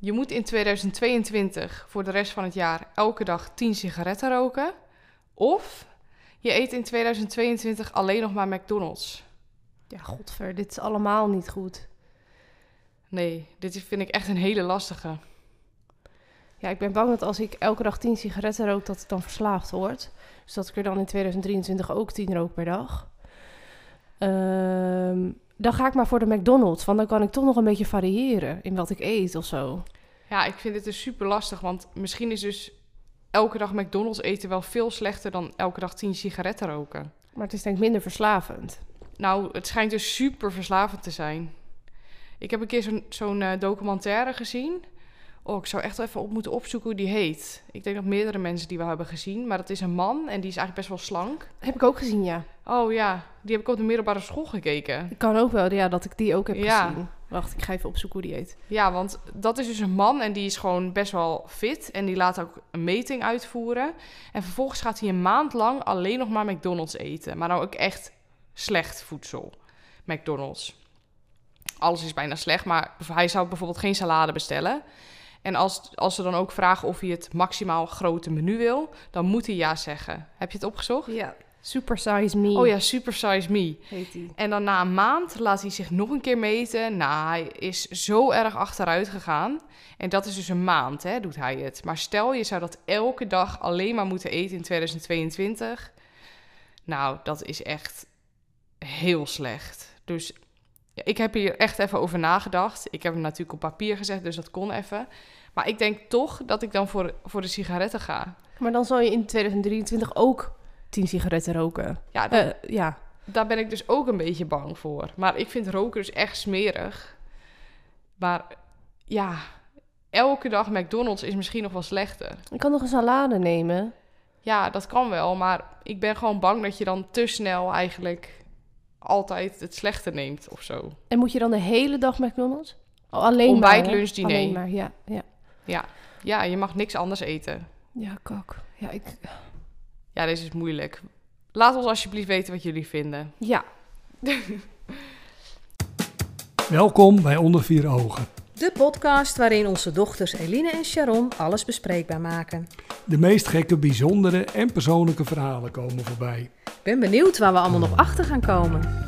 Je moet in 2022 voor de rest van het jaar elke dag 10 sigaretten roken. Of je eet in 2022 alleen nog maar McDonald's. Ja, godver, dit is allemaal niet goed. Nee, dit vind ik echt een hele lastige. Ja, ik ben bang dat als ik elke dag 10 sigaretten rook, dat ik dan verslaafd word. Dus dat ik er dan in 2023 ook 10 rook per dag. Dan ga ik maar voor de McDonald's, want dan kan ik toch nog een beetje variëren in wat ik eet of zo. Ja, ik vind het dus super lastig, want misschien is dus elke dag McDonald's eten wel veel slechter dan elke dag 10 sigaretten roken. Maar het is denk ik minder verslavend. Nou, het schijnt dus super verslavend te zijn. Ik heb een keer zo'n documentaire gezien. Oh, ik zou echt even moeten opzoeken hoe die heet. Ik denk dat meerdere mensen die wel hebben gezien. Maar dat is een man en die is eigenlijk best wel slank. Heb ik ook gezien, ja. Oh ja, die heb ik op de middelbare school gekeken. Ik kan ook wel, ja, dat ik die ook heb Ja. gezien. Wacht, ik ga even opzoeken hoe die heet. Ja, want dat is dus een man en die is gewoon best wel fit. En die laat ook een meting uitvoeren. En vervolgens gaat hij een maand lang alleen nog maar McDonald's eten. Maar nou ook echt slecht voedsel. McDonald's. Alles is bijna slecht, maar hij zou bijvoorbeeld geen salade bestellen. En als ze dan ook vragen of hij het maximaal grote menu wil, dan moet hij ja zeggen. Heb je het opgezocht? Ja, Super Size Me. Oh ja, Super Size Me. Heet die. En dan na een maand laat hij zich nog een keer meten. Nou, hij is zo erg achteruit gegaan. En dat is dus een maand, hè, doet hij het. Maar stel, je zou dat elke dag alleen maar moeten eten in 2022. Nou, dat is echt heel slecht. Dus ja, ik heb hier echt even over nagedacht. Ik heb hem natuurlijk op papier gezet, dus dat kon even. Maar ik denk toch dat ik dan voor de sigaretten ga. Maar dan zal je in 2023 ook 10 sigaretten roken. Ja, Ja. daar ben ik dus ook een beetje bang voor. Maar ik vind roken dus echt smerig. Maar ja, elke dag McDonald's is misschien nog wel slechter. Ik kan nog een salade nemen. Ja, dat kan wel. Maar ik ben gewoon bang dat je dan te snel eigenlijk altijd het slechte neemt of zo. En moet je dan de hele dag McDonald's? Oh, alleen Ontbijt, maar, hè? lunch, diner. Alleen maar, ja. Ja, je mag niks anders eten. Ja, kak. Ja, deze is moeilijk. Laat ons alsjeblieft weten wat jullie vinden. Ja. Welkom bij Onder Vier Ogen. De podcast waarin onze dochters Eline en Sharon alles bespreekbaar maken. De meest gekke, bijzondere en persoonlijke verhalen komen voorbij. Ik ben benieuwd waar we allemaal nog achter gaan komen.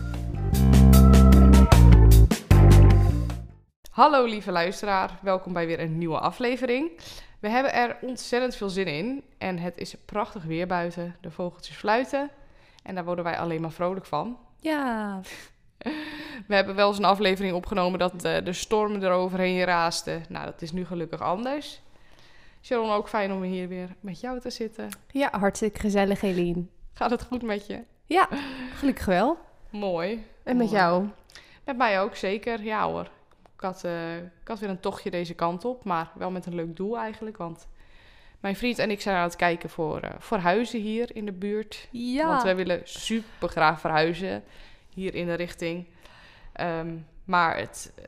Hallo lieve luisteraar, welkom bij weer een nieuwe aflevering. We hebben er ontzettend veel zin in en het is prachtig weer buiten. De vogeltjes fluiten en daar worden wij alleen maar vrolijk van. Ja. We hebben wel eens een aflevering opgenomen dat de storm eroverheen raaste. Nou, dat is nu gelukkig anders. Sharon, ook fijn om hier weer met jou te zitten. Ja, hartstikke gezellig, Eline. Gaat het goed met je? Ja, gelukkig wel. Mooi. En met Mooi. jou? Met mij ook, zeker. Ja hoor. Ik had weer een tochtje deze kant op, maar wel met een leuk doel eigenlijk. Want mijn vriend en ik zijn aan het kijken voor huizen hier in de buurt. Ja. Want wij willen super graag verhuizen hier in de richting. Maar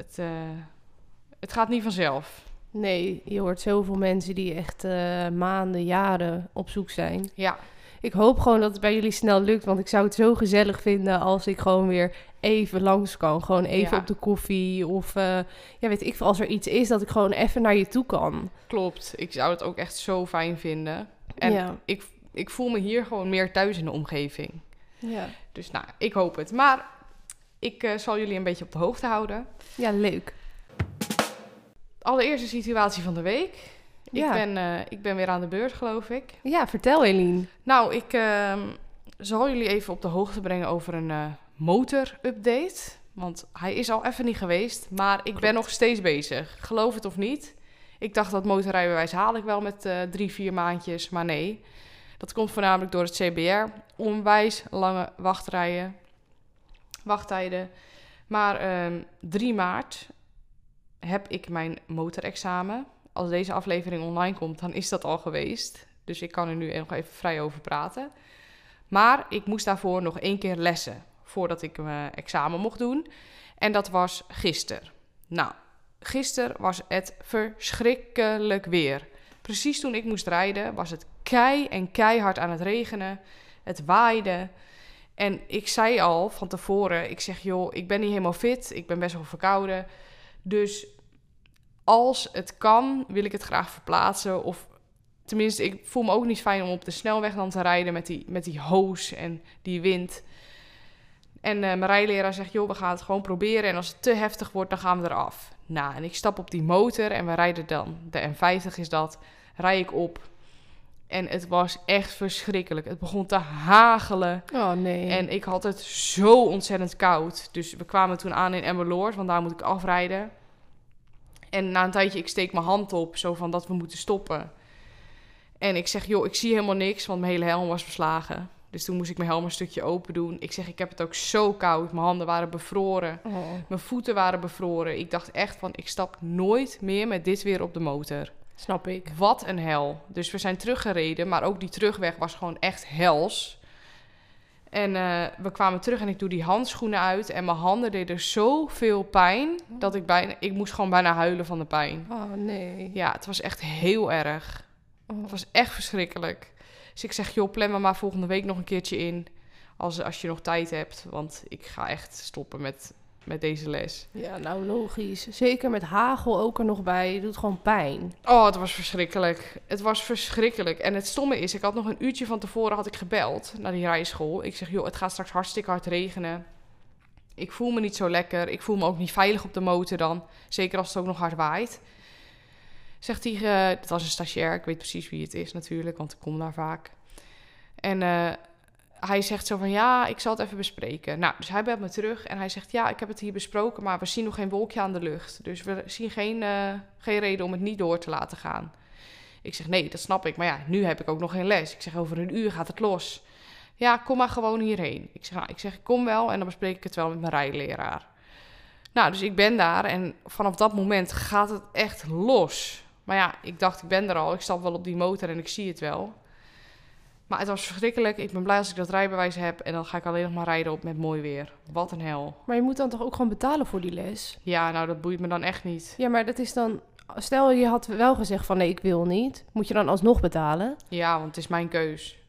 het gaat niet vanzelf. Nee, je hoort zoveel mensen die echt maanden, jaren op zoek zijn. Ja, Ik hoop gewoon dat het bij jullie snel lukt, want ik zou het zo gezellig vinden als ik gewoon weer even langs kan. Gewoon even Ja. op de koffie of weet ik veel, als er iets is dat ik gewoon even naar je toe kan. klopt. Ik zou het ook echt zo fijn vinden. En Ja. ik voel me hier gewoon meer thuis in de omgeving. Ja. Dus nou, ik hoop het. Maar ik zal jullie een beetje op de hoogte houden. Ja, leuk. Allereerst de situatie van de week. Ja. Ik ben weer aan de beurt, geloof ik. Ja, vertel Eline. Nou, ik zal jullie even op de hoogte brengen over een motor-update. Want hij is al even niet geweest, maar ik ben nog steeds bezig. Geloof het of niet. Ik dacht dat motorrijbewijs haal ik wel met 3-4 maandjes, maar nee. Dat komt voornamelijk door het CBR. Onwijs lange wachttijden. Maar 3 maart heb ik mijn motorexamen. Als deze aflevering online komt, dan is dat al geweest. Dus ik kan er nu nog even vrij over praten. Maar ik moest daarvoor nog 1 keer lessen voordat ik mijn examen mocht doen. En dat was gisteren. Nou, gisteren was het verschrikkelijk weer. Precies toen ik moest rijden was het keihard aan het regenen. Het waaide. En ik zei al van tevoren, ik zeg joh, ik ben niet helemaal fit. Ik ben best wel verkouden. Dus als het kan, wil ik het graag verplaatsen. Of tenminste, ik voel me ook niet fijn om op de snelweg dan te rijden met die hoos en die wind. En mijn rijleraar zegt, joh, we gaan het gewoon proberen. En als het te heftig wordt, dan gaan we eraf. Nou, en ik stap op die motor en we rijden dan, de M50 is dat, rij ik op. En het was echt verschrikkelijk. Het begon te hagelen. Oh nee. En ik had het zo ontzettend koud. Dus we kwamen toen aan in Emmeloord, want daar moet ik afrijden. En na een tijdje, ik steek mijn hand op, zo van dat we moeten stoppen. En ik zeg, joh, ik zie helemaal niks, want mijn hele helm was beslagen. Dus toen moest ik mijn helm een stukje open doen. Ik zeg, ik heb het ook zo koud. Mijn handen waren bevroren. Oh. Mijn voeten waren bevroren. Ik dacht echt van, ik stap nooit meer met dit weer op de motor. Snap ik. Wat een hel. Dus we zijn teruggereden, maar ook die terugweg was gewoon echt hels. En we kwamen terug en ik doe die handschoenen uit. En mijn handen deden zoveel pijn, dat ik moest gewoon bijna huilen van de pijn. Oh nee. Ja, het was echt heel erg. Oh. Het was echt verschrikkelijk. Dus ik zeg, joh, plan me maar volgende week nog een keertje in. Als je nog tijd hebt. Want ik ga echt stoppen met deze les. Ja, nou logisch. Zeker met hagel ook er nog bij. Het doet gewoon pijn. Oh, het was verschrikkelijk. Het was verschrikkelijk. En het stomme is, ik had nog een uurtje van tevoren had ik gebeld naar die rijschool. Ik zeg, joh, het gaat straks hartstikke hard regenen. Ik voel me niet zo lekker. Ik voel me ook niet veilig op de motor dan. Zeker als het ook nog hard waait. Zegt hij, het was een stagiair. Ik weet precies wie het is natuurlijk, want ik kom daar vaak. En hij zegt zo van, ja, ik zal het even bespreken. Nou, dus hij belt me terug en hij zegt, ja, ik heb het hier besproken, maar we zien nog geen wolkje aan de lucht. Dus we zien geen reden om het niet door te laten gaan. Ik zeg, nee, dat snap ik. Maar ja, nu heb ik ook nog geen les. Ik zeg, over een uur gaat het los. Ja, kom maar gewoon hierheen. Ik zeg, ik kom wel en dan bespreek ik het wel met mijn rijleraar. Nou, dus ik ben daar en vanaf dat moment gaat het echt los. Maar ja, ik dacht, ik ben er al. Ik stap wel op die motor en ik zie het wel. Maar het was verschrikkelijk. Ik ben blij als ik dat rijbewijs heb. En dan ga ik alleen nog maar rijden op met mooi weer. Wat een hel. Maar je moet dan toch ook gewoon betalen voor die les? Ja, nou, dat boeit me dan echt niet. Ja, maar dat is dan... Stel, je had wel gezegd van nee, ik wil niet. Moet je dan alsnog betalen? Ja, want het is mijn keus.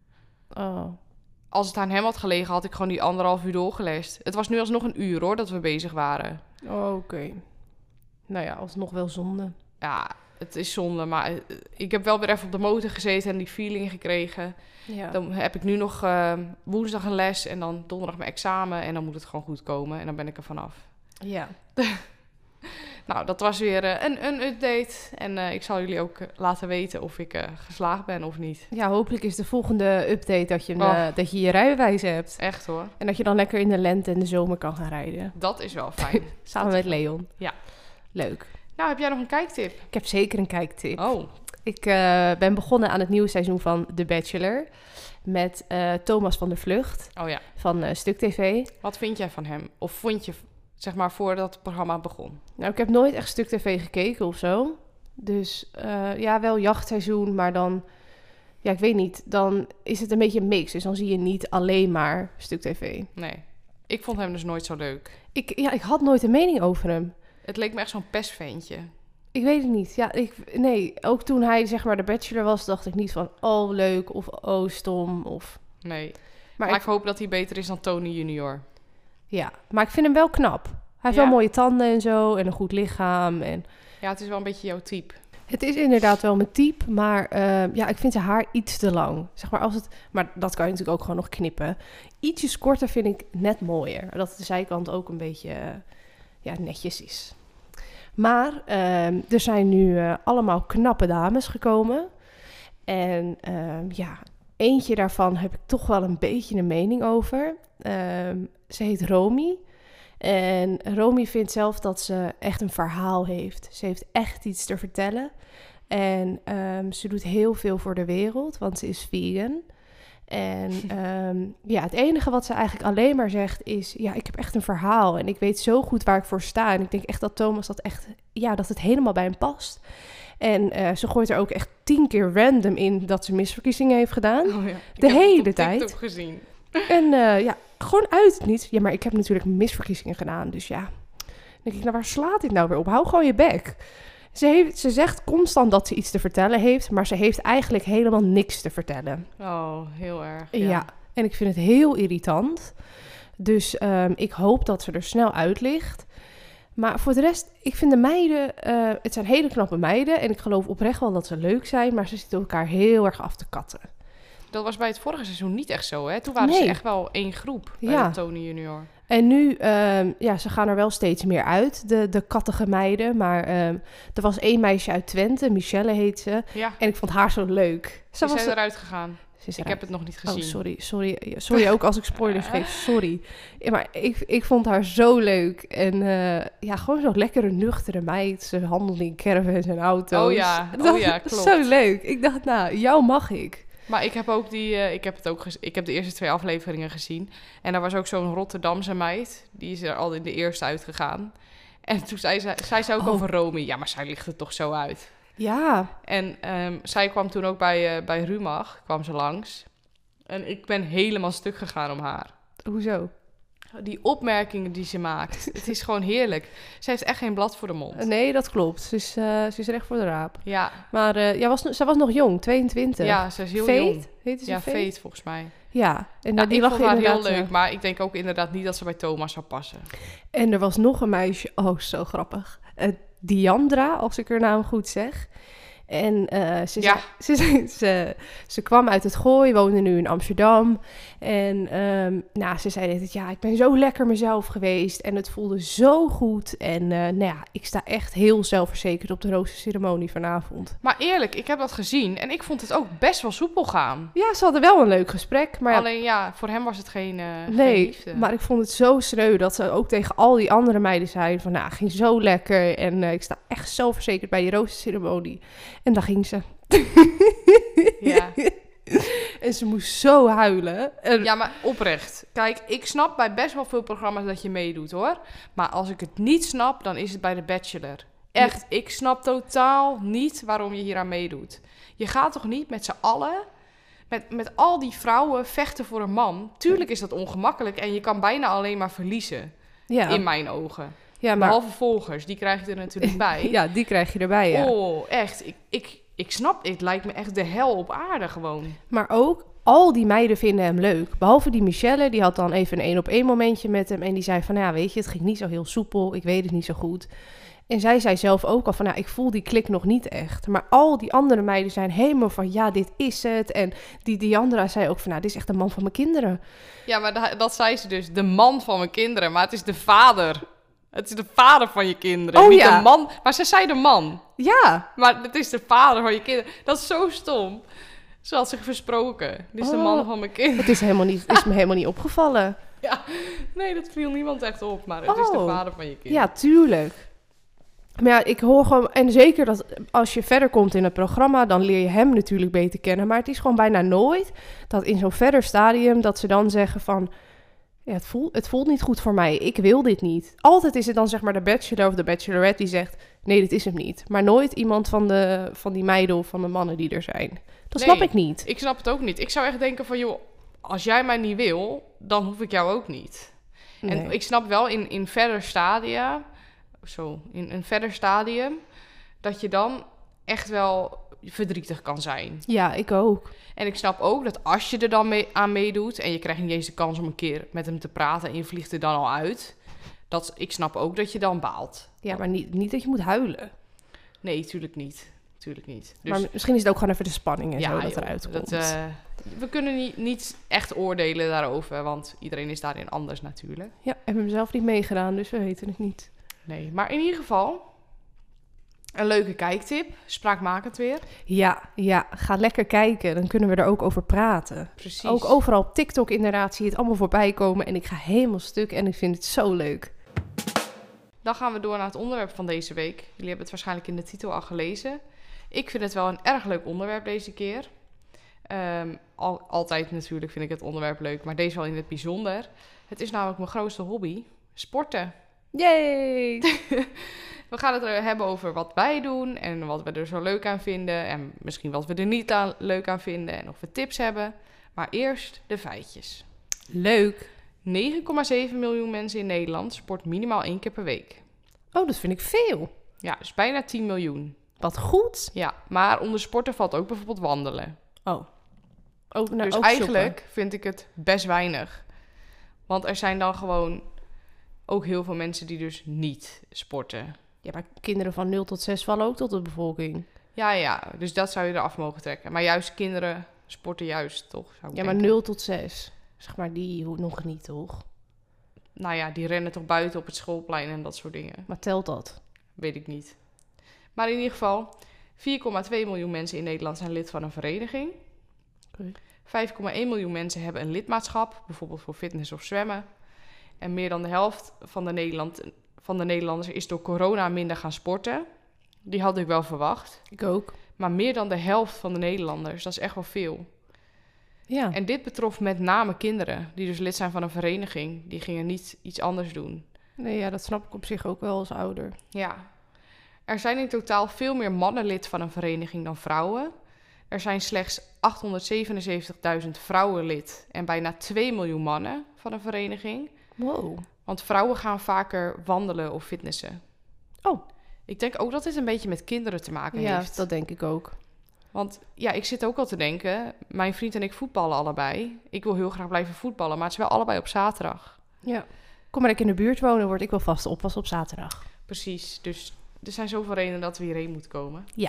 Oh. Als het aan hem had gelegen, had ik gewoon die 1,5 uur doorgelest. Het was nu alsnog een uur, hoor, dat we bezig waren. Oh, oké. Nou ja, alsnog wel zonde. Ja, het is zonde, maar ik heb wel weer even op de motor gezeten en die feeling gekregen. Ja. Dan heb ik nu nog woensdag een les en dan donderdag mijn examen. En dan moet het gewoon goed komen en dan ben ik er vanaf. Ja. Nou, dat was weer een update. En ik zal jullie ook laten weten of ik geslaagd ben of niet. Ja, hopelijk is de volgende update dat je je rijbewijs hebt. Echt hoor. En dat je dan lekker in de lente en de zomer kan gaan rijden. Dat is wel fijn. Samen met Leon. Ja. Leuk. Nou, heb jij nog een kijktip? Ik heb zeker een kijktip. Oh. Ik ben begonnen aan het nieuwe seizoen van The Bachelor. Met Thomas van der Vlucht Oh ja. van Stuk TV. Wat vind jij van hem? Of vond je, zeg maar, voordat het programma begon? Nou, ik heb nooit echt Stuk TV gekeken of zo. Dus ja, wel jachtseizoen, maar dan... Ja, ik weet niet. Dan is het een beetje een mix. Dus dan zie je niet alleen maar Stuk TV. Nee. Ik vond hem dus nooit zo leuk. Ik had nooit een mening over hem. Het leek me echt zo'n pestventje. Ik weet het niet. Ja, nee, ook toen hij zeg maar de Bachelor was, dacht ik niet van... Oh, leuk of oh, stom of... Nee. Maar Maar ik hoop dat hij beter is dan Tony Junior. Ja, maar ik vind hem wel knap. Hij heeft Ja? wel mooie tanden en zo en een goed lichaam. En... Ja, het is wel een beetje jouw type. Het is inderdaad wel mijn type, maar ja, ik vind zijn haar iets te lang. Zeg maar, maar dat kan je natuurlijk ook gewoon nog knippen. Ietsjes korter vind ik net mooier. Dat de zijkant ook een beetje ja, netjes is. Maar er zijn nu allemaal knappe dames gekomen. En ja, eentje daarvan heb ik toch wel een beetje een mening over. Ze heet Romy. En Romy vindt zelf dat ze echt een verhaal heeft. Ze heeft echt iets te vertellen. En ze doet heel veel voor de wereld, want ze is vegan. En ja, het enige wat ze eigenlijk alleen maar zegt is... ja, ik heb echt een verhaal en ik weet zo goed waar ik voor sta. En ik denk echt dat Thomas dat echt... ja, dat het helemaal bij hem past. En ze gooit er ook echt 10 keer random in dat ze misverkiezingen heeft gedaan. Oh ja. De hele tijd. Ik heb het op TikTok gezien. En ja, gewoon uit het niet. Ja, maar ik heb natuurlijk misverkiezingen gedaan, dus ja. Dan denk ik, nou waar slaat dit nou weer op? Hou gewoon je bek. Ze zegt constant dat ze iets te vertellen heeft, maar ze heeft eigenlijk helemaal niks te vertellen. Oh, heel erg. Ja, en ik vind het heel irritant. Dus ik hoop dat ze er snel uit ligt. Maar voor de rest, ik vind de meiden, het zijn hele knappe meiden. En ik geloof oprecht wel dat ze leuk zijn, maar ze zitten elkaar heel erg af te katten. Dat was bij het vorige seizoen niet echt zo, hè? Toen waren ze echt wel één groep bij de Tony Junior. En nu, ze gaan er wel steeds meer uit, de kattige meiden. Maar er was 1 meisje uit Twente, Michelle heet ze. Ja. En ik vond haar zo leuk. Ze is eruit gegaan. Ik heb het nog niet gezien. Oh, sorry ook als ik spoilers geef, sorry. Ja, maar ik vond haar zo leuk. En gewoon zo'n lekkere, nuchtere meid. Ze handelde in caravans en auto's. Oh ja, klopt. Zo leuk. Ik dacht, nou, jou mag ik. Maar ik heb ook ik heb de eerste 2 afleveringen gezien. En daar was ook zo'n Rotterdamse meid. Die is er al in de eerste uitgegaan. En toen zei ze ook over Romy. Ja, maar zij ligt er toch zo uit. Ja. En zij kwam toen ook bij Rumach, kwam ze langs. En ik ben helemaal stuk gegaan om haar. Hoezo? Die opmerkingen die ze maakt. Het is gewoon heerlijk. Ze heeft echt geen blad voor de mond. Nee, dat klopt. Ze is recht voor de raap. Ja. Maar zij was nog jong, 22. Ja, ze is heel Fate? jong. Heette ze Ja, Fate? Fate volgens mij. Ja. En die ik lag vond haar heel inderdaad, leuk, maar ik denk ook inderdaad niet dat ze bij Thomas zou passen. En er was nog een meisje, oh zo grappig. Diandra, als ik haar naam goed zeg. En ze kwam uit het Gooi, woonde nu in Amsterdam. En ze zei altijd, ja, ik ben zo lekker mezelf geweest. En het voelde zo goed. En ik sta echt heel zelfverzekerd op de roosterceremonie vanavond. Maar eerlijk, ik heb dat gezien en ik vond het ook best wel soepel gaan. Ja, ze hadden wel een leuk gesprek. Maar alleen voor hem was het geen liefde. Maar ik vond het zo sneu dat ze ook tegen al die andere meiden zei van, nou, ging zo lekker. En ik sta echt zelfverzekerd bij je roosterceremonie. En daar ging ze. Ja. En ze moest zo huilen. Ja, maar oprecht. Kijk, ik snap bij best wel veel programma's dat je meedoet, hoor. Maar als ik het niet snap, dan is het bij The Bachelor. Echt, ik snap totaal niet waarom je hier aan meedoet. Je gaat toch niet met z'n allen, met al die vrouwen vechten voor een man? Tuurlijk is dat ongemakkelijk en je kan bijna alleen maar verliezen. Ja. In mijn ogen. Ja, maar behalve volgers, die krijg je er natuurlijk bij. Ja, die krijg je erbij, ja. Oh, echt. Ik snap, het lijkt me echt de hel op aarde gewoon. Maar ook, al die meiden vinden hem leuk. Behalve die Michelle, die had dan even een 1-op-1 momentje met hem. En die zei van, ja, weet je, het ging niet zo heel soepel. Ik weet het niet zo goed. En zij zei zelf ook al van, ik voel die klik nog niet echt. Maar al die andere meiden zijn helemaal van, ja, dit is het. En die Diandra zei ook van, dit is echt de man van mijn kinderen. Ja, maar dat zei ze dus, de man van mijn kinderen. Maar het is de vader. Het is de vader van je kinderen. Oh, niet ja. de man. Maar ze zei de man. Ja. Maar het is de vader van je kinderen. Dat is zo stom. Ze had zich versproken. Dit is de man van mijn kinderen. Het is me helemaal niet opgevallen. Ja, nee, dat viel niemand echt op. Maar het is de vader van je kinderen. Ja, tuurlijk. Maar ja, ik hoor gewoon... En zeker dat als je verder komt in het programma, dan leer je hem natuurlijk beter kennen. Maar het is gewoon bijna nooit dat in zo'n verder stadium dat ze dan zeggen van... Ja, het voelt niet goed voor mij. Ik wil dit niet. Altijd is het dan zeg maar de bachelor of de bachelorette die zegt... Nee, dit is hem niet. Maar nooit iemand van die meiden of van de mannen die er zijn. Dat snap ik niet. Ik snap het ook niet. Ik zou echt denken van... joh, als jij mij niet wil, dan hoef ik jou ook niet. Nee. En ik snap wel in verder stadia... in een verder stadium... dat je dan echt wel verdrietig kan zijn. Ja, ik ook. En ik snap ook dat als je er dan aan meedoet... en je krijgt niet eens de kans om een keer met hem te praten... en je vliegt er dan al uit... ik snap ook dat je dan baalt. Ja, maar niet dat je moet huilen. Nee, tuurlijk niet. Tuurlijk niet. Dus, maar misschien is het ook gewoon even de spanning en zo dat eruit komt. We kunnen niet echt oordelen daarover... want iedereen is daarin anders natuurlijk. Ja, ik heb hem zelf niet meegedaan, dus we weten het niet. Nee, maar in ieder geval... een leuke kijktip. Spraakmakend weer. Ja, ga lekker kijken. Dan kunnen we er ook over praten. Precies. Ook overal op TikTok inderdaad zie je het allemaal voorbij komen. En ik ga helemaal stuk en ik vind het zo leuk. Dan gaan we door naar het onderwerp van deze week. Jullie hebben het waarschijnlijk in de titel al gelezen. Ik vind het wel een erg leuk onderwerp deze keer. Altijd natuurlijk vind ik het onderwerp leuk, maar deze wel in het bijzonder. Het is namelijk mijn grootste hobby. Sporten. Yay! We gaan het er hebben over wat wij doen en wat we er zo leuk aan vinden. En misschien wat we er niet leuk aan vinden en of we tips hebben. Maar eerst de feitjes. Leuk. 9,7 miljoen mensen in Nederland sport minimaal 1 keer per week. Oh, dat vind ik veel. Ja, dus bijna 10 miljoen. Wat goed. Ja, maar onder sporten valt ook bijvoorbeeld wandelen. Oh. Dus ook eigenlijk vind ik het best weinig. Want er zijn dan gewoon ook heel veel mensen die dus niet sporten. Ja, maar kinderen van 0 tot 6 vallen ook tot de bevolking. Ja, dus dat zou je eraf mogen trekken. Maar juist kinderen sporten juist, toch? Zou ik Ja, maar denken. 0 tot 6. Zeg maar, die nog niet, toch? Nou ja, die rennen toch buiten op het schoolplein en dat soort dingen. Maar telt dat? Weet ik niet. Maar in ieder geval, 4,2 miljoen mensen in Nederland zijn lid van een vereniging. Oké. 5,1 miljoen mensen hebben een lidmaatschap, bijvoorbeeld voor fitness of zwemmen. En meer dan de helft van de Nederlanders is door corona minder gaan sporten. Die had ik wel verwacht. Ik ook. Maar meer dan de helft van de Nederlanders, dat is echt wel veel. Ja. En dit betrof met name kinderen, die dus lid zijn van een vereniging. Die gingen niet iets anders doen. Nee, ja, dat snap ik op zich ook wel als ouder. Ja. Er zijn in totaal veel meer mannen lid van een vereniging dan vrouwen. Er zijn slechts 877.000 vrouwen lid en bijna 2 miljoen mannen van een vereniging. Wow. Want vrouwen gaan vaker wandelen of fitnessen. Oh. Ik denk ook dat dit een beetje met kinderen te maken Ja, heeft. dat denk ik ook. Want ja, ik zit ook al te denken, mijn vriend en ik voetballen allebei. Ik wil heel graag blijven voetballen, maar het is wel allebei op zaterdag. Ja. Kom maar ik in de buurt wonen, word ik wel vast oppas op zaterdag. Precies, dus er zijn zoveel redenen dat we hierheen moeten komen. Ja.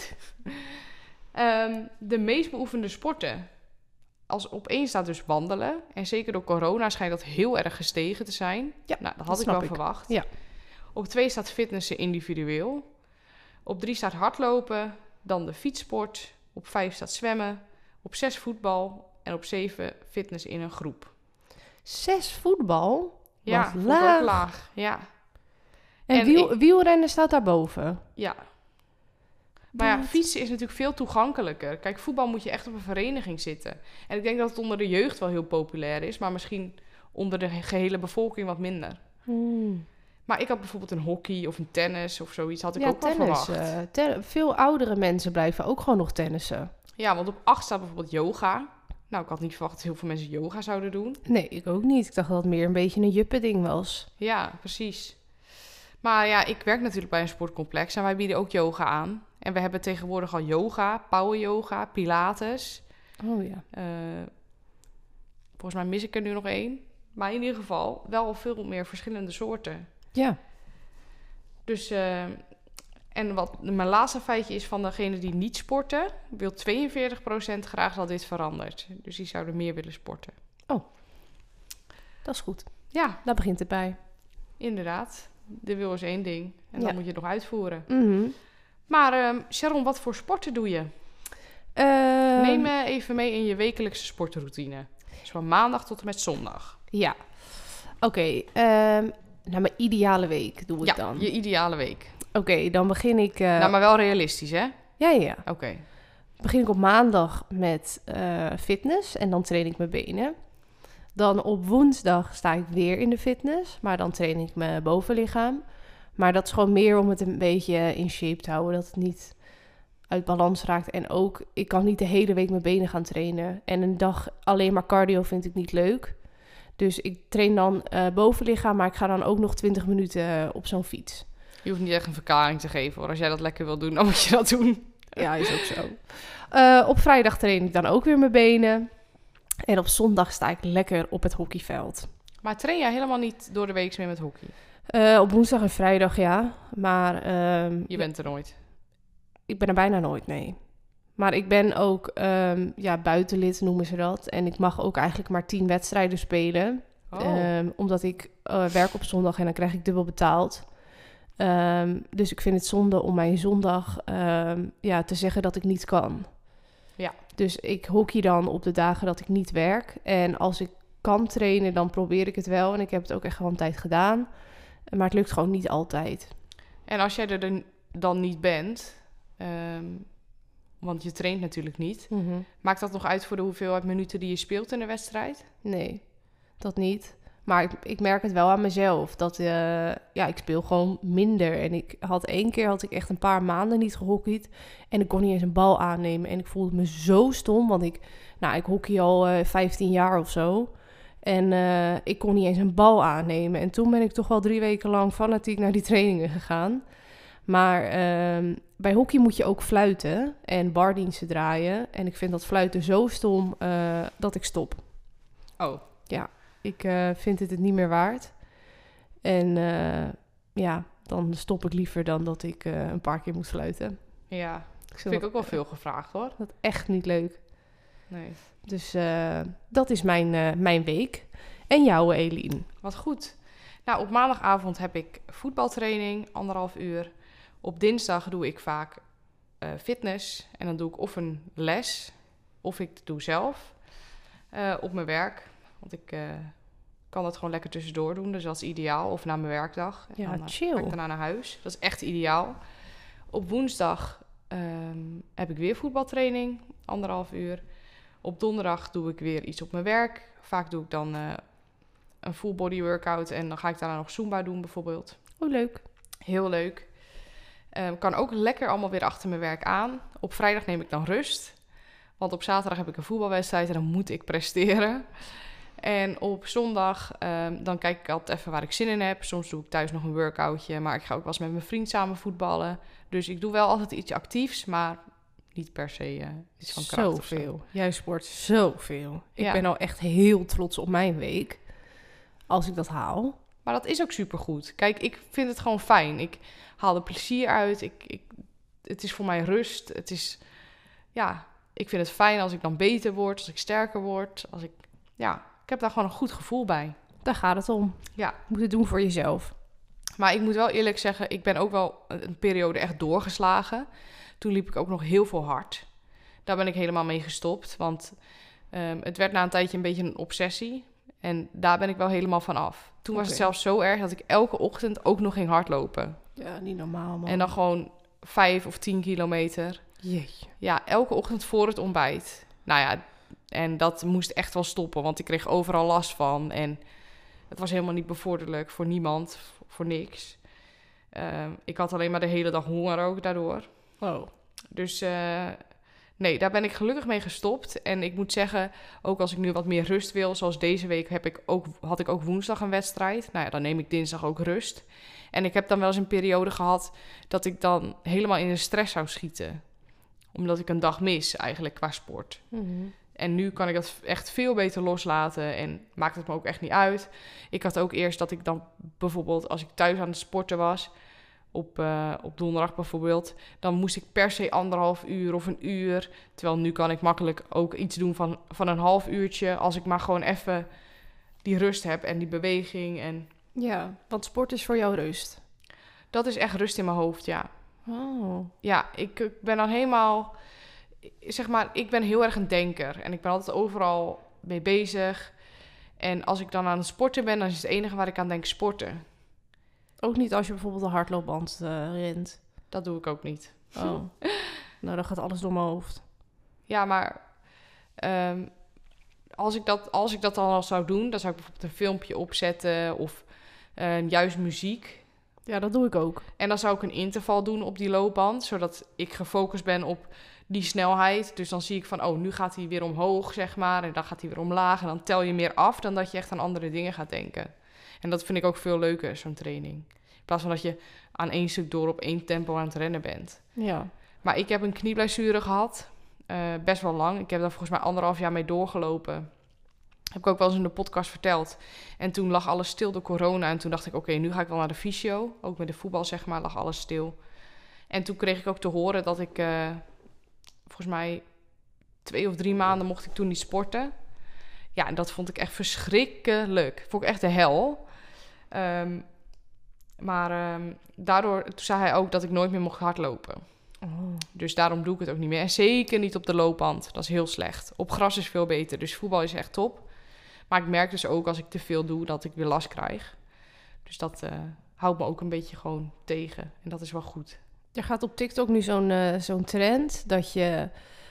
De meest beoefende sporten. Als op 1 staat dus wandelen. En zeker door corona schijnt dat heel erg gestegen te zijn. Ja, nou, dat dat had ik snap wel ik. verwacht. Ja. Op 2 staat fitnessen individueel. Op 3 staat hardlopen. Dan de fietssport. Op 5 staat zwemmen. Op 6 voetbal. En op 7 fitness in een groep. 6 voetbal? Ja, Wat vond ik laag. ook laag. Ja. En, En wielrennen staat daarboven. Ja. Maar ja, Wat? fietsen is natuurlijk veel toegankelijker. Kijk, voetbal moet je echt op een vereniging zitten. En ik denk dat het onder de jeugd wel heel populair is, maar misschien onder de gehele bevolking wat minder. Maar ik had bijvoorbeeld een hockey of een tennis of zoiets, had ik Ja, ook wel tennis. verwacht. Veel oudere mensen blijven ook gewoon nog tennissen. Ja, want op 8 staat bijvoorbeeld yoga. Nou, ik had niet verwacht dat heel veel mensen yoga zouden doen. Nee, ik ook niet. Ik dacht dat het meer een beetje een juppending was. Ja, precies. Maar ja, ik werk natuurlijk bij een sportcomplex en wij bieden ook yoga aan. En we hebben tegenwoordig al yoga, power yoga, pilates. Oh ja. Volgens mij mis ik er nu nog 1. Maar in ieder geval wel veel meer verschillende soorten. Ja. Dus, en wat mijn laatste feitje is van degene die niet sporten, wil 42% graag dat dit verandert. Dus die zouden meer willen sporten. Dat is goed. Ja, Daar begint het bij. inderdaad. De wil is 1 ding. En dan Ja. moet je het nog uitvoeren. Mhm. Maar Sharon, wat voor sporten doe je? Neem me even mee in je wekelijkse sportroutine. Dus van maandag tot en met zondag. Ja. Oké. Nou, mijn ideale week doe ik Ja, dan. je ideale week. Oké, dan begin ik... Nou, maar wel realistisch, hè? Ja. Oké. Begin ik op maandag met fitness en dan train ik mijn benen. Dan op woensdag sta ik weer in de fitness, maar dan train ik mijn bovenlichaam. Maar dat is gewoon meer om het een beetje in shape te houden, dat het niet uit balans raakt. En ook, ik kan niet de hele week mijn benen gaan trainen. En een dag alleen maar cardio vind ik niet leuk. Dus ik train dan bovenlichaam, maar ik ga dan ook nog 20 minuten op zo'n fiets. Je hoeft niet echt een verklaring te geven, hoor. Als jij dat lekker wil doen, dan moet je dat doen. Ja, is ook zo. Op vrijdag train ik dan ook weer mijn benen. En op zondag sta ik lekker op het hockeyveld. Maar train jij helemaal niet door de week meer met hockey? Op woensdag en vrijdag, ja. Maar Je bent er nooit. ik ben er bijna nooit, nee. Maar ik ben ook buitenlid, noemen ze dat. En ik mag ook eigenlijk maar 10 wedstrijden spelen. Omdat ik werk op zondag en dan krijg ik dubbel betaald. Dus ik vind het zonde om mijn zondag te zeggen dat ik niet kan. Ja. Dus ik hockey dan op de dagen dat ik niet werk. En als ik kan trainen, dan probeer ik het wel. En ik heb het ook echt gewoon een tijd gedaan. Maar het lukt gewoon niet altijd. En als jij er dan niet bent, want je traint natuurlijk niet, maakt dat nog uit voor de hoeveelheid minuten die je speelt in de wedstrijd? Nee, dat niet. Maar ik merk het wel aan mezelf. Dat ik speel gewoon minder. En één keer had ik echt een paar maanden niet gehockeyd. En ik kon niet eens een bal aannemen. En ik voelde me zo stom. Want ik hockey al 15 jaar of zo. En ik kon niet eens een bal aannemen. En toen ben ik toch wel 3 weken lang fanatiek naar die trainingen gegaan. Maar bij hockey moet je ook fluiten en bardiensten draaien. En ik vind dat fluiten zo stom dat ik stop. Oh. Ik vind het niet meer waard. En dan stop ik liever dan dat ik een paar keer moet fluiten. Ja, Ik vind ik ook wel veel gevraagd hoor. Dat echt niet leuk. Nee. Dus dat is mijn week. En jouw, Eline? Wat goed. Nou, op maandagavond heb ik voetbaltraining, 1,5 uur. Op dinsdag doe ik vaak fitness. En dan doe ik of een les, of ik doe zelf op mijn werk. Want ik kan dat gewoon lekker tussendoor doen. Dus dat is ideaal. Of na mijn werkdag. En Ja, dan chill. ga ik daarna naar huis. Dat is echt ideaal. Op woensdag heb ik weer voetbaltraining, 1,5 uur. Op donderdag doe ik weer iets op mijn werk. Vaak doe ik dan een full body workout en dan ga ik daarna nog Zumba doen bijvoorbeeld. Oh, leuk. Heel leuk. Kan ook lekker allemaal weer achter mijn werk aan. Op vrijdag neem ik dan rust. Want op zaterdag heb ik een voetbalwedstrijd en dan moet ik presteren. En op zondag dan kijk ik altijd even waar ik zin in heb. Soms doe ik thuis nog een workoutje, maar ik ga ook wel eens met mijn vriend samen voetballen. Dus ik doe wel altijd iets actiefs, maar niet per se iets van kracht of zo. Zoveel. Jij sport zoveel. Ja. Ik ben al echt heel trots op mijn week. Als ik dat haal. Maar dat is ook supergoed. Kijk, ik vind het gewoon fijn. Ik haal er plezier uit. Het is voor mij rust. Het is, ik vind het fijn als ik dan beter word, als ik sterker word. Ik heb daar gewoon een goed gevoel bij. Daar gaat het om. Ja. Je moet het doen voor jezelf. Maar ik moet wel eerlijk zeggen, ik ben ook wel een periode echt doorgeslagen. Toen liep ik ook nog heel veel hard. Daar ben ik helemaal mee gestopt, want het werd na een tijdje een beetje een obsessie. En daar ben ik wel helemaal van af. Toen was het zelfs zo erg dat ik elke ochtend ook nog ging hardlopen. Ja, niet normaal, man. En dan gewoon 5 of 10 kilometer. Jeetje. Ja, elke ochtend voor het ontbijt. Nou ja, en dat moest echt wel stoppen, want ik kreeg overal last van. En het was helemaal niet bevorderlijk voor niemand, voor niks. Ik had alleen maar de hele dag honger ook daardoor. Oh. Dus nee, daar ben ik gelukkig mee gestopt. En ik moet zeggen, ook als ik nu wat meer rust wil, zoals deze week had ik ook woensdag een wedstrijd. Nou ja, dan neem ik dinsdag ook rust. En ik heb dan wel eens een periode gehad dat ik dan helemaal in de stress zou schieten. Omdat ik een dag mis eigenlijk qua sport. Mm-hmm. En nu kan ik dat echt veel beter loslaten en maakt het me ook echt niet uit. Ik had ook eerst dat ik dan bijvoorbeeld, als ik thuis aan het sporten was, op donderdag bijvoorbeeld, dan moest ik per se 1,5 uur of een uur. Terwijl nu kan ik makkelijk ook iets doen van een half uurtje, als ik maar gewoon even die rust heb en die beweging. En Ja, want sport is voor jou rust. dat is echt rust in mijn hoofd, ja. Oh. Ja, ik ben dan helemaal, zeg maar, ik ben heel erg een denker. En ik ben altijd overal mee bezig. En als ik dan aan het sporten ben, dan is het enige waar ik aan denk sporten. Ook niet als je bijvoorbeeld een hardloopband rent. Dat doe ik ook niet. Oh. Nou, dan gaat alles door mijn hoofd. Ja, maar als ik dat dan al zou doen, dan zou ik bijvoorbeeld een filmpje opzetten of juist muziek. Ja, dat doe ik ook. En dan zou ik een interval doen op die loopband, zodat ik gefocust ben op die snelheid. Dus dan zie ik van, oh, nu gaat hij weer omhoog, zeg maar. En dan gaat hij weer omlaag. En dan tel je meer af dan dat je echt aan andere dingen gaat denken. En dat vind ik ook veel leuker, zo'n training. In plaats van dat je aan één stuk door op één tempo aan het rennen bent. Ja. Maar ik heb een knieblessure gehad. Best wel lang. Ik heb daar volgens mij 1,5 jaar mee doorgelopen. Heb ik ook wel eens in de podcast verteld. En toen lag alles stil door corona. En toen dacht ik, oké, nu ga ik wel naar de fysio. Ook met de voetbal, zeg maar, lag alles stil. En toen kreeg ik ook te horen dat ik, volgens mij 2 of 3 maanden mocht ik toen niet sporten. Ja, en dat vond ik echt verschrikkelijk. Vond ik echt de hel. Maar daardoor, toen zei hij ook dat ik nooit meer mocht hardlopen. Oh. Dus daarom doe ik het ook niet meer. En zeker niet op de loopband. Dat is heel slecht. Op gras is veel beter. Dus voetbal is echt top. Maar ik merk dus ook als ik te veel doe dat ik weer last krijg. Dus dat houdt me ook een beetje gewoon tegen. En dat is wel goed. Er gaat op TikTok nu zo'n trend dat je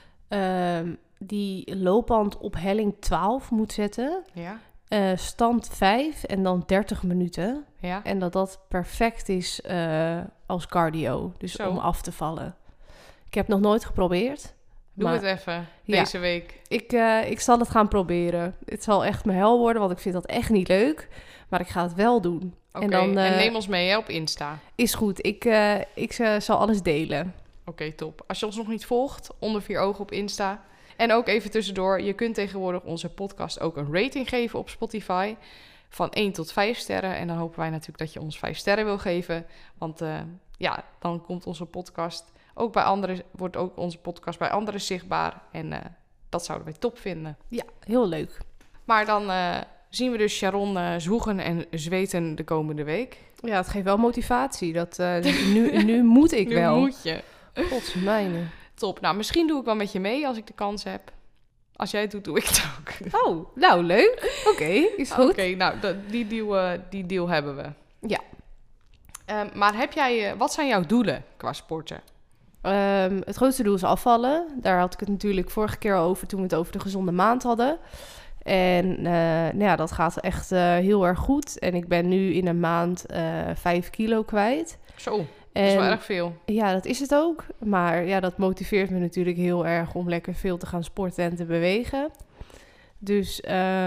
die loopband op helling 12 moet zetten. Ja? Stand 5 en dan 30 minuten. Ja? En dat perfect is als cardio. Dus Zo. om af te vallen. Ik heb nog nooit geprobeerd. Doe maar het even Ja. deze week. Ik zal het gaan proberen. Het zal echt mijn hel worden, want ik vind dat echt niet leuk. Maar ik ga het wel doen. Oké, En dan en neem ons mee hè, op Insta. is goed. Ik zal alles delen. Oké, top. Als je ons nog niet volgt, onder 4 ogen op Insta. En ook even tussendoor, je kunt tegenwoordig onze podcast ook een rating geven op Spotify. van 1 tot 5 sterren. En dan hopen wij natuurlijk dat je ons 5 sterren wil geven. Want dan komt onze podcast ook bij anderen, wordt ook onze podcast bij anderen zichtbaar. En dat zouden wij top vinden. Ja, heel leuk. Maar dan zien we dus Sharon zwoegen en zweten de komende week. Ja, het geeft wel motivatie. Dat, nu moet ik Nu wel. moet je. Godsmijne. Top. Nou, misschien doe ik wel met je mee als ik de kans heb. Als jij het doet, doe ik het ook. Oh, nou leuk. Oké, is goed. Oké, nou, die deal hebben we. Ja. Maar wat zijn jouw doelen qua sporten? Het grootste doel is afvallen. Daar had ik het natuurlijk vorige keer over toen we het over de gezonde maand hadden. En dat gaat echt heel erg goed. En ik ben nu in een maand 5 kilo kwijt. Zo, dat is wel erg veel. Ja, dat is het ook. Maar ja, dat motiveert me natuurlijk heel erg om lekker veel te gaan sporten en te bewegen. Dus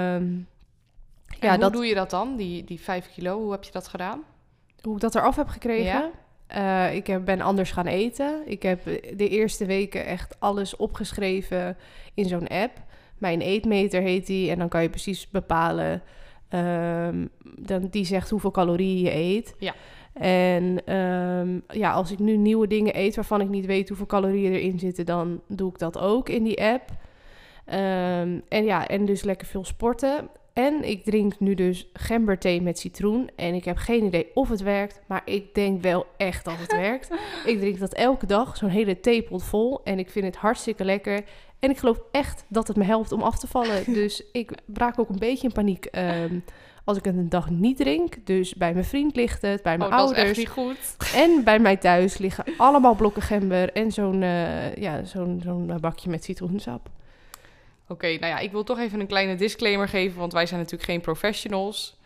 hoe doe je dat dan, die 5 kilo? Hoe heb je dat gedaan? hoe ik dat eraf heb gekregen? Ja. Ik ben anders gaan eten. Ik heb de eerste weken echt alles opgeschreven in zo'n app. Mijn eetmeter heet die. En dan kan je precies bepalen. Die zegt hoeveel calorieën je eet. Ja. En als ik nu nieuwe dingen eet waarvan ik niet weet hoeveel calorieën erin zitten, dan doe ik dat ook in die app. En dus lekker veel sporten. En ik drink nu dus gemberthee met citroen. En ik heb geen idee of het werkt, maar ik denk wel echt dat het werkt. Ik drink dat elke dag, zo'n hele theepot vol. En ik vind het hartstikke lekker. En ik geloof echt dat het me helpt om af te vallen. Dus ik raak ook een beetje in paniek als ik het een dag niet drink. Dus bij mijn vriend ligt het, bij mijn ouders. Dat is echt niet goed. En bij mij thuis liggen allemaal blokken gember en zo'n bakje met citroensap. Oké, nou ja, ik wil toch even een kleine disclaimer geven, want wij zijn natuurlijk geen professionals.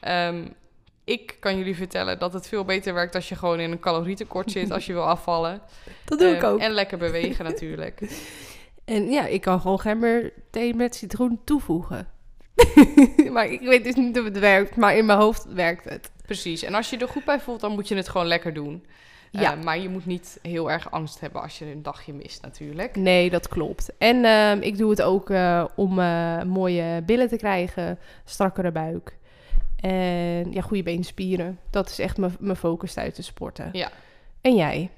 Ik kan jullie vertellen dat het veel beter werkt als je gewoon in een calorietekort zit als je wil afvallen. Dat doe ik ook. En lekker bewegen natuurlijk. En ja, ik kan gewoon gemberthee met citroen toevoegen. Maar ik weet dus niet of het werkt, maar in mijn hoofd werkt het. Precies, en als je er goed bij voelt, dan moet je het gewoon lekker doen. Ja. Maar je moet niet heel erg angst hebben als je een dagje mist natuurlijk. Nee, dat klopt. En ik doe het ook om mooie billen te krijgen, strakkere buik. En ja, goede beenspieren. Dat is echt mijn focus tijdens de sporten. Ja. En jij?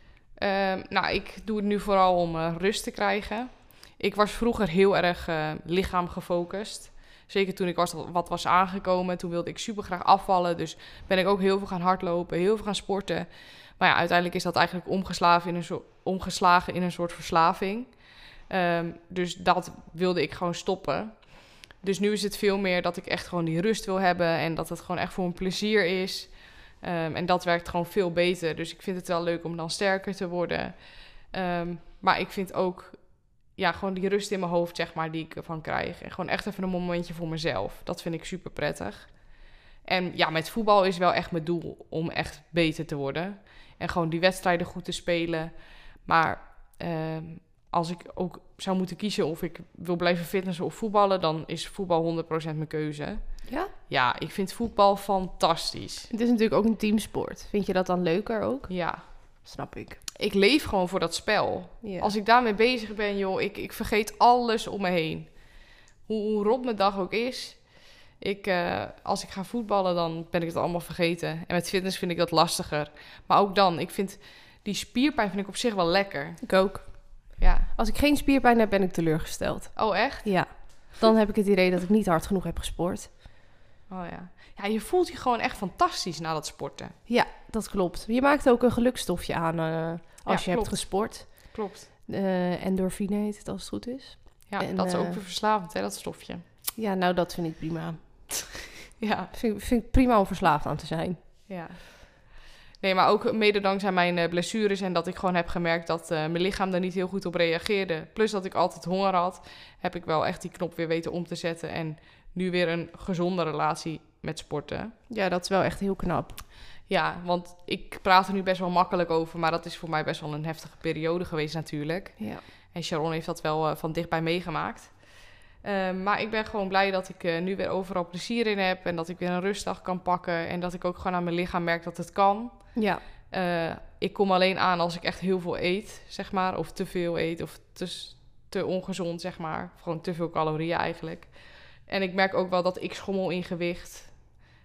Ik doe het nu vooral om rust te krijgen. Ik was vroeger heel erg lichaam gefocust. Zeker toen ik wat was aangekomen. Toen wilde ik super graag afvallen. Dus ben ik ook heel veel gaan hardlopen, heel veel gaan sporten. Maar ja, uiteindelijk is dat eigenlijk omgeslagen in een soort verslaving. Dus dat wilde ik gewoon stoppen. Dus nu is het veel meer dat ik echt gewoon die rust wil hebben. En dat het gewoon echt voor een plezier is. En dat werkt gewoon veel beter. Dus ik vind het wel leuk om dan sterker te worden. Maar ik vind ook gewoon die rust in mijn hoofd, zeg maar, die ik ervan krijg. En gewoon echt even een momentje voor mezelf. Dat vind ik super prettig. En ja, met voetbal is wel echt mijn doel om echt beter te worden. En gewoon die wedstrijden goed te spelen. Maar als ik ook zou moeten kiezen of ik wil blijven fitnessen of voetballen, dan is voetbal 100% mijn keuze. Ja? Ja, ik vind voetbal fantastisch. Het is natuurlijk ook een teamsport. Vind je dat dan leuker ook? Ja. Snap ik. Ik leef gewoon voor dat spel. Ja. Als ik daarmee bezig ben, joh, ik vergeet alles om me heen. Hoe rot mijn dag ook is. Als ik ga voetballen, dan ben ik het allemaal vergeten. En met fitness vind ik dat lastiger. Maar ook dan, ik vind die spierpijn vind ik op zich wel lekker. Ik ook. Ja. Als ik geen spierpijn heb, ben ik teleurgesteld. Oh, echt? Ja. Dan heb ik het idee dat ik niet hard genoeg heb gesport. Oh ja. Ja, je voelt je gewoon echt fantastisch na dat sporten. Ja, dat klopt. Je maakt ook een gelukstofje aan als je klopt. hebt gesport. Klopt. Endorfine heet het als het goed is. Ja, En, dat is ook weer verslavend, hè, dat stofje. Ja, nou, dat vind ik prima. Ja. Vind ik prima om verslaafd aan te zijn. Ja. Nee, maar ook mede dankzij mijn blessures en dat ik gewoon heb gemerkt dat mijn lichaam daar niet heel goed op reageerde. Plus dat ik altijd honger had, heb ik wel echt die knop weer weten om te zetten. En nu weer een gezonde relatie met sporten. Ja, dat is wel echt heel knap. Ja, want ik praat er nu best wel makkelijk over, maar dat is voor mij best wel een heftige periode geweest natuurlijk. Ja. En Sharon heeft dat wel van dichtbij meegemaakt. Maar ik ben gewoon blij dat ik nu weer overal plezier in heb en dat ik weer een rustdag kan pakken en dat ik ook gewoon aan mijn lichaam merk dat het kan. Ja. Ik kom alleen aan als ik echt heel veel eet, zeg maar, of te veel eet of te ongezond, zeg maar. Of gewoon te veel calorieën eigenlijk. En ik merk ook wel dat ik schommel in gewicht.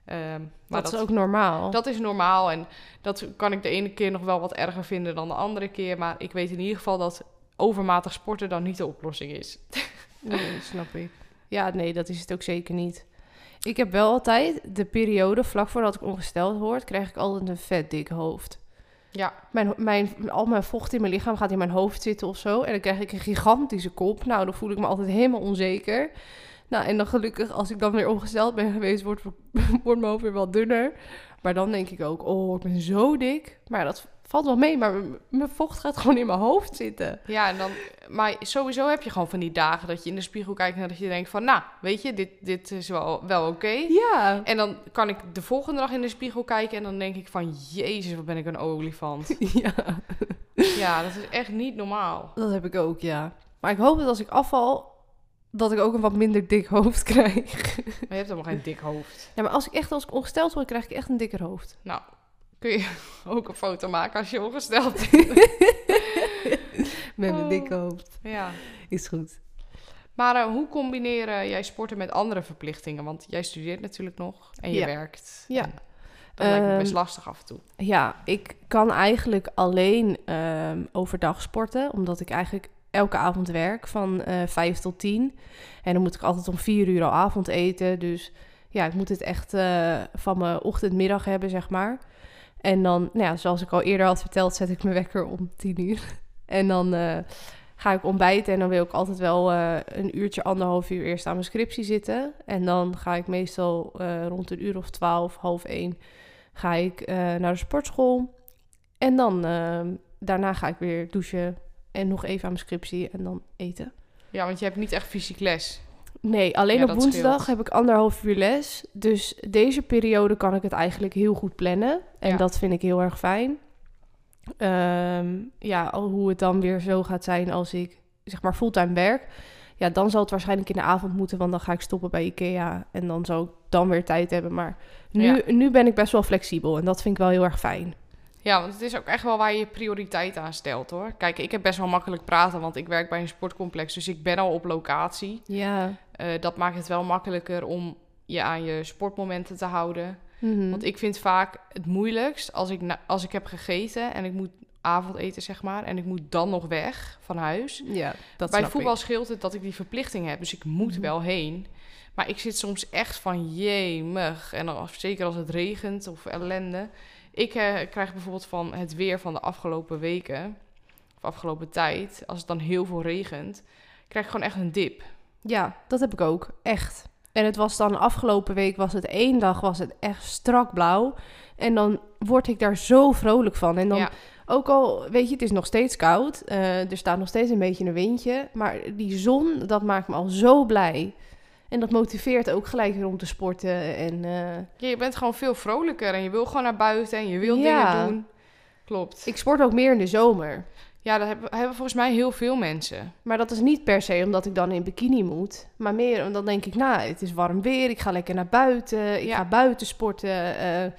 Maar dat is ook normaal. Dat is normaal en dat kan ik de ene keer nog wel wat erger vinden dan de andere keer. Maar ik weet in ieder geval dat overmatig sporten dan niet de oplossing is. Nee, snap ik. Ja, nee, dat is het ook zeker niet. Ik heb wel altijd de periode vlak voordat ik ongesteld word, krijg ik altijd een vet dik hoofd. Ja. Al mijn vocht in mijn lichaam gaat in mijn hoofd zitten of zo. En dan krijg ik een gigantische kop. Nou, dan voel ik me altijd helemaal onzeker. Nou, en dan gelukkig, als ik dan weer ongesteld ben geweest, wordt mijn hoofd weer wat dunner. Maar dan denk ik ook, oh, ik ben zo dik. Maar dat valt wel mee, maar mijn vocht gaat gewoon in mijn hoofd zitten. Ja, en dan, maar sowieso heb je gewoon van die dagen dat je in de spiegel kijkt en dat je denkt van, nou, weet je, dit is wel oké. Ja. En dan kan ik de volgende dag in de spiegel kijken en dan denk ik van, jezus, wat ben ik een olifant. Ja. Ja, dat is echt niet normaal. Dat heb ik ook, ja. Maar ik hoop dat als ik afval, dat ik ook een wat minder dik hoofd krijg. Maar je hebt helemaal geen dik hoofd. Ja, maar als ik ongesteld word, krijg ik echt een dikker hoofd. Nou, kun je ook een foto maken als je ongesteld bent. Met een dikke hoofd. Ja. Is goed. Maar hoe combineer jij sporten met andere verplichtingen? Want jij studeert natuurlijk nog en je werkt. Ja. En dat lijkt me best lastig af en toe. Ja, ik kan eigenlijk alleen overdag sporten, omdat ik eigenlijk elke avond werk van 5 tot 10. En dan moet ik altijd om 4 uur al avond eten. Dus ja, ik moet het echt van mijn ochtend-middag hebben, zeg maar. En dan, nou ja, zoals ik al eerder had verteld, zet ik mijn wekker om 10 uur. En dan ga ik ontbijten en dan wil ik altijd wel een uurtje, 1,5 uur eerst aan mijn scriptie zitten. En dan ga ik meestal rond 1 uur of 12, 12:30 ga ik naar de sportschool. En dan daarna ga ik weer douchen en nog even aan mijn scriptie en dan eten. Ja, want je hebt niet echt fysiek les. Nee, alleen Ja, op dat woensdag scheelt. heb ik 1,5 uur les. Dus deze periode kan ik het eigenlijk heel goed plannen. En Ja. dat vind ik heel erg fijn. Hoe het dan weer zo gaat zijn als ik zeg maar fulltime werk. Ja, dan zal het waarschijnlijk in de avond moeten, want dan ga ik stoppen bij IKEA. En dan zou ik dan weer tijd hebben. Maar nu ben ik best wel flexibel en dat vind ik wel heel erg fijn. Ja, want het is ook echt wel waar je prioriteit aan stelt, hoor. Kijk, ik heb best wel makkelijk praten, want ik werk bij een sportcomplex. Dus ik ben al op locatie. Ja. Dat maakt het wel makkelijker om je aan je sportmomenten te houden. Mhm. Want ik vind vaak het moeilijkst als ik heb gegeten en ik moet avondeten, zeg maar. En ik moet dan nog weg van huis. Ja, dat Bij snap voetbal ik. scheelt het dat ik die verplichting heb. Dus ik moet Mhm. wel heen. Maar ik zit soms echt van jemig. En dan, zeker als het regent of ellende. Ik krijg bijvoorbeeld van het weer van de afgelopen weken, of afgelopen tijd, als het dan heel veel regent, krijg ik gewoon echt een dip. Ja, dat heb ik ook. Echt. En het was dan afgelopen week, was het 1 dag, was het echt strak blauw. En dan word ik daar zo vrolijk van. En dan, Ja. ook al, weet je, het is nog steeds koud. Er staat nog steeds een beetje een windje. Maar die zon, dat maakt me al zo blij. En dat motiveert ook gelijk weer om te sporten. En Ja, je bent gewoon veel vrolijker en je wil gewoon naar buiten en je wil Ja. dingen doen. Klopt. ik sport ook meer in de zomer. Ja, dat hebben volgens mij heel veel mensen. Maar dat is niet per se omdat ik dan in bikini moet. Maar meer omdat denk ik, nou, het is warm weer. Ik ga lekker naar buiten. Ik Ja. ga buiten sporten.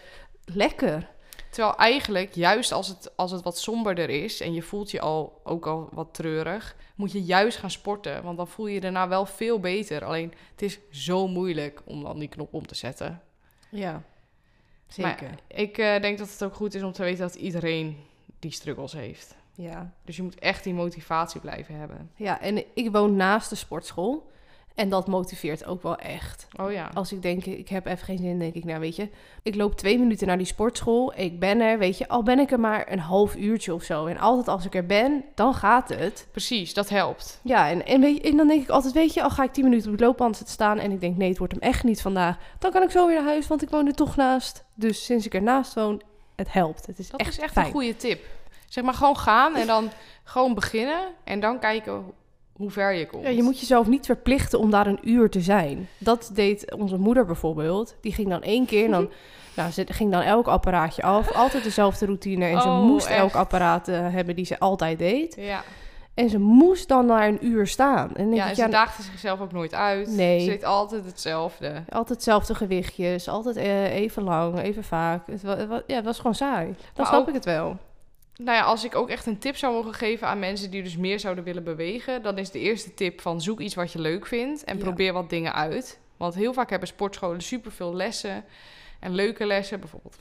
Lekker. Terwijl eigenlijk, juist als het wat somberder is en je voelt je ook al wat treurig, moet je juist gaan sporten. Want dan voel je je daarna wel veel beter. Alleen, het is zo moeilijk om dan die knop om te zetten. Ja, Maar zeker. ik denk dat het ook goed is om te weten dat iedereen die struggles heeft. Ja. Dus je moet echt die motivatie blijven hebben. Ja, en ik woon naast de sportschool. En dat motiveert ook wel echt. Oh ja. Als ik denk, ik heb even geen zin, denk ik, nou weet je, ik loop 2 minuten naar die sportschool. Ik ben er, weet je, al ben ik er maar een half uurtje of zo. En altijd als ik er ben, dan gaat het. Precies, dat helpt. Ja, en dan denk ik altijd, weet je, al ga ik 10 minuten op het loopband zitten staan en ik denk, nee, het wordt hem echt niet vandaag. Dan kan ik zo weer naar huis, want ik woon er toch naast. Dus sinds ik ernaast woon, het helpt. Het is Dat echt is echt fijn. een goede tip. Zeg maar gewoon gaan en dan gewoon beginnen en dan kijken hoe ver je komt. Ja, je moet jezelf niet verplichten om daar 1 uur te zijn. Dat deed onze moeder bijvoorbeeld. Die ging dan 1 keer en dan... Nou, ze ging dan elk apparaatje af. Altijd dezelfde routine. En ze Oh, moest echt? elk apparaat hebben die ze altijd deed. Ja, En ze moest dan daar 1 uur staan. En dan denk ja, ik, en ze daagde zichzelf ook nooit uit. Nee. Ze deed altijd hetzelfde. altijd hetzelfde gewichtjes. Altijd even lang, even vaak. Het was gewoon saai. Dan Maar snap ook- ik het wel. Nou ja, als ik ook echt een tip zou mogen geven aan mensen die dus meer zouden willen bewegen, dan is de eerste tip van zoek iets wat je leuk vindt en Ja. probeer wat dingen uit. Want heel vaak hebben sportscholen superveel lessen En leuke lessen, bijvoorbeeld,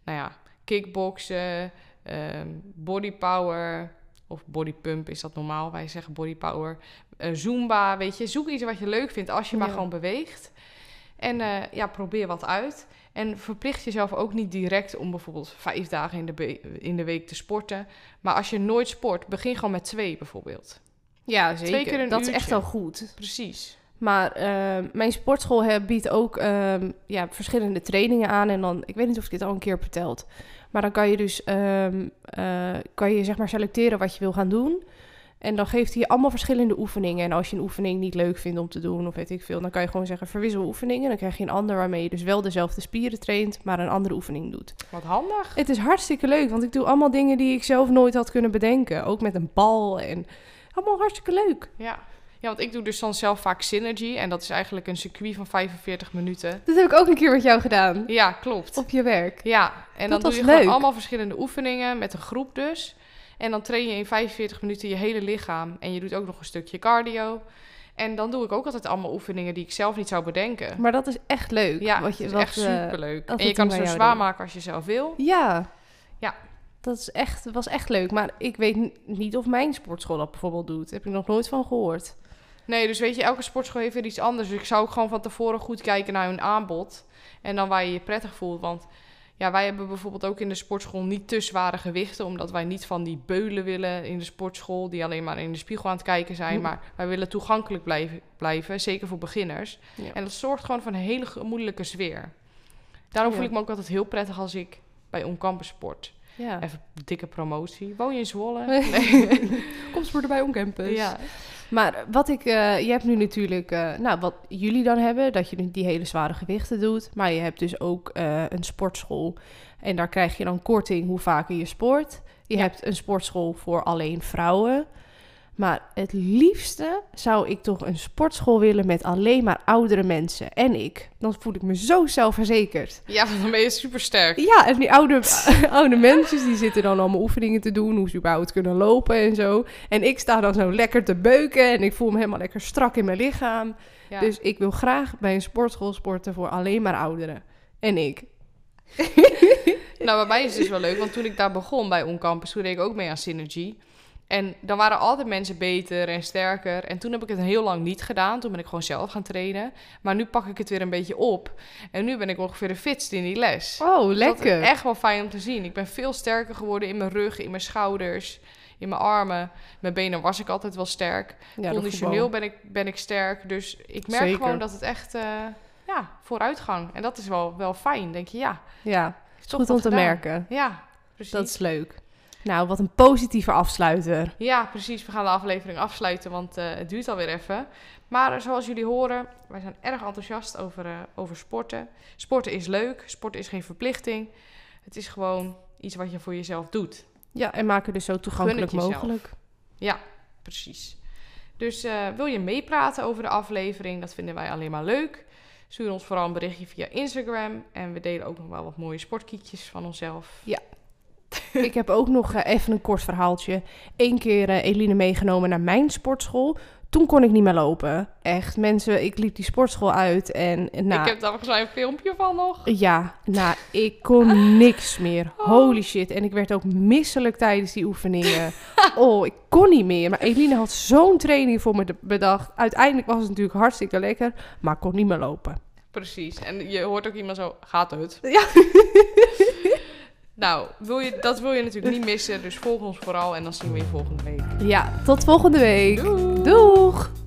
kickboksen, bodypower of bodypump is dat normaal. Wij zeggen bodypower. Zumba, weet je. Zoek iets wat je leuk vindt als je maar gewoon beweegt. En probeer wat uit. En verplicht jezelf ook niet direct om bijvoorbeeld 5 dagen in de week te sporten. Maar als je nooit sport, begin gewoon met 2 bijvoorbeeld. Ja, 2 keer zeker. een Dat uurtje. is echt wel goed. Precies. Maar mijn sportschool biedt ook verschillende trainingen aan. En dan, ik weet niet of ik dit al een keer heb verteld. Maar dan kan je dus zeg maar selecteren wat je wil gaan doen. En dan geeft hij je allemaal verschillende oefeningen. En als je een oefening niet leuk vindt om te doen, of weet ik veel, dan kan je gewoon zeggen verwissel oefeningen. Dan krijg je een ander waarmee je dus wel dezelfde spieren traint, maar een andere oefening doet. Wat handig. Het is hartstikke leuk, want ik doe allemaal dingen die ik zelf nooit had kunnen bedenken. Ook met een bal en allemaal hartstikke leuk. Ja, want ik doe dus dan zelf vaak Synergy. En dat is eigenlijk een circuit van 45 minuten. Dat heb ik ook een keer met jou gedaan. Ja, klopt. Op je werk. Ja, en dan Dat doe je was gewoon leuk. allemaal verschillende oefeningen met een groep dus. En dan train je in 45 minuten je hele lichaam. En je doet ook nog een stukje cardio. En dan doe ik ook altijd allemaal oefeningen die ik zelf niet zou bedenken. Maar dat is echt leuk. Ja, wat het je, is wat, echt superleuk. dat En je het kan toen het bij zo jou zwaar deed. maken als je zelf wil. Ja. Ja. Dat was echt leuk. Maar ik weet niet of mijn sportschool dat bijvoorbeeld doet. Daar heb ik nog nooit van gehoord. Nee, dus weet je, elke sportschool heeft weer iets anders. Dus ik zou ook gewoon van tevoren goed kijken naar hun aanbod. En dan waar je je prettig voelt. Want ja, wij hebben bijvoorbeeld ook in de sportschool niet te zware gewichten. Omdat wij niet van die beulen willen in de sportschool. Die alleen maar in de spiegel aan het kijken zijn. Maar wij willen toegankelijk blijven. Zeker voor beginners. Ja. En dat zorgt gewoon voor een hele gemoedelijke sfeer. Daarom voel ik me ook altijd heel prettig als ik bij On-Campus sport. Ja. Even dikke promotie. Woon je in Zwolle? Nee. Kom sporten bij On-Campus. Ja. Maar wat je hebt nu natuurlijk, wat jullie dan hebben, dat je die hele zware gewichten doet. Maar je hebt dus ook een sportschool. En daar krijg je dan korting hoe vaker je sport. Je hebt een sportschool voor alleen vrouwen. Maar het liefste zou ik toch een sportschool willen met alleen maar oudere mensen. En ik. Dan voel ik me zo zelfverzekerd. Ja, want dan ben je supersterk. Ja, en die oude mensen die zitten dan allemaal oefeningen te doen. Hoe ze überhaupt kunnen lopen en zo. En ik sta dan zo lekker te beuken. En ik voel me helemaal lekker strak in mijn lichaam. Ja. Dus ik wil graag bij een sportschool sporten voor alleen maar ouderen. En ik. Nou, bij mij is het dus wel leuk, want toen ik daar begon bij On-Campus, toen deed ik ook mee aan Synergy. En dan waren altijd mensen beter en sterker. En toen heb ik het heel lang niet gedaan. Toen ben ik gewoon zelf gaan trainen. Maar nu pak ik het weer een beetje op. En nu ben ik ongeveer de fitst in die les. Oh, Dus lekker. dat is echt wel fijn om te zien. Ik ben veel sterker geworden in mijn rug, in mijn schouders, in mijn armen. Mijn benen was ik altijd wel sterk. Ja, dat Conditioneel voetbal. ben ik sterk. Dus ik merk Zeker. gewoon dat het echt vooruitgang. En dat is wel fijn. Denk je, ja. Ja, Is toch goed om wat te gedaan. merken. Ja, precies. Dat is leuk. Nou, wat een positieve afsluiter. Ja, precies. We gaan de aflevering afsluiten, want het duurt alweer even. Maar zoals jullie horen, wij zijn erg enthousiast over sporten. Sporten is leuk. Sporten is geen verplichting. Het is gewoon iets wat je voor jezelf doet. Ja, en maak het dus zo toegankelijk Gun het jezelf. mogelijk. Ja, precies. Dus wil je meepraten over de aflevering? Dat vinden wij alleen maar leuk. Stuur ons vooral een berichtje via Instagram. En we delen ook nog wel wat mooie sportkietjes van onszelf. Ja. Ik heb ook nog even een kort verhaaltje. Eén keer Eline meegenomen naar mijn sportschool. Toen kon ik niet meer lopen. Echt, mensen, ik liep die sportschool uit en... Nou, Ik heb daar volgens mij een filmpje van nog. ja, nou, ik kon niks meer. Holy shit. En ik werd ook misselijk tijdens die oefeningen. Oh, ik kon niet meer. Maar Eline had zo'n training voor me bedacht. Uiteindelijk was het natuurlijk hartstikke lekker, maar ik kon niet meer lopen. Precies. En je hoort ook iemand zo, gaat het? Ja. Nou, dat wil je natuurlijk niet missen. Dus volg ons vooral en dan zien we je volgende week. Ja, tot volgende week. Doei! Doeg!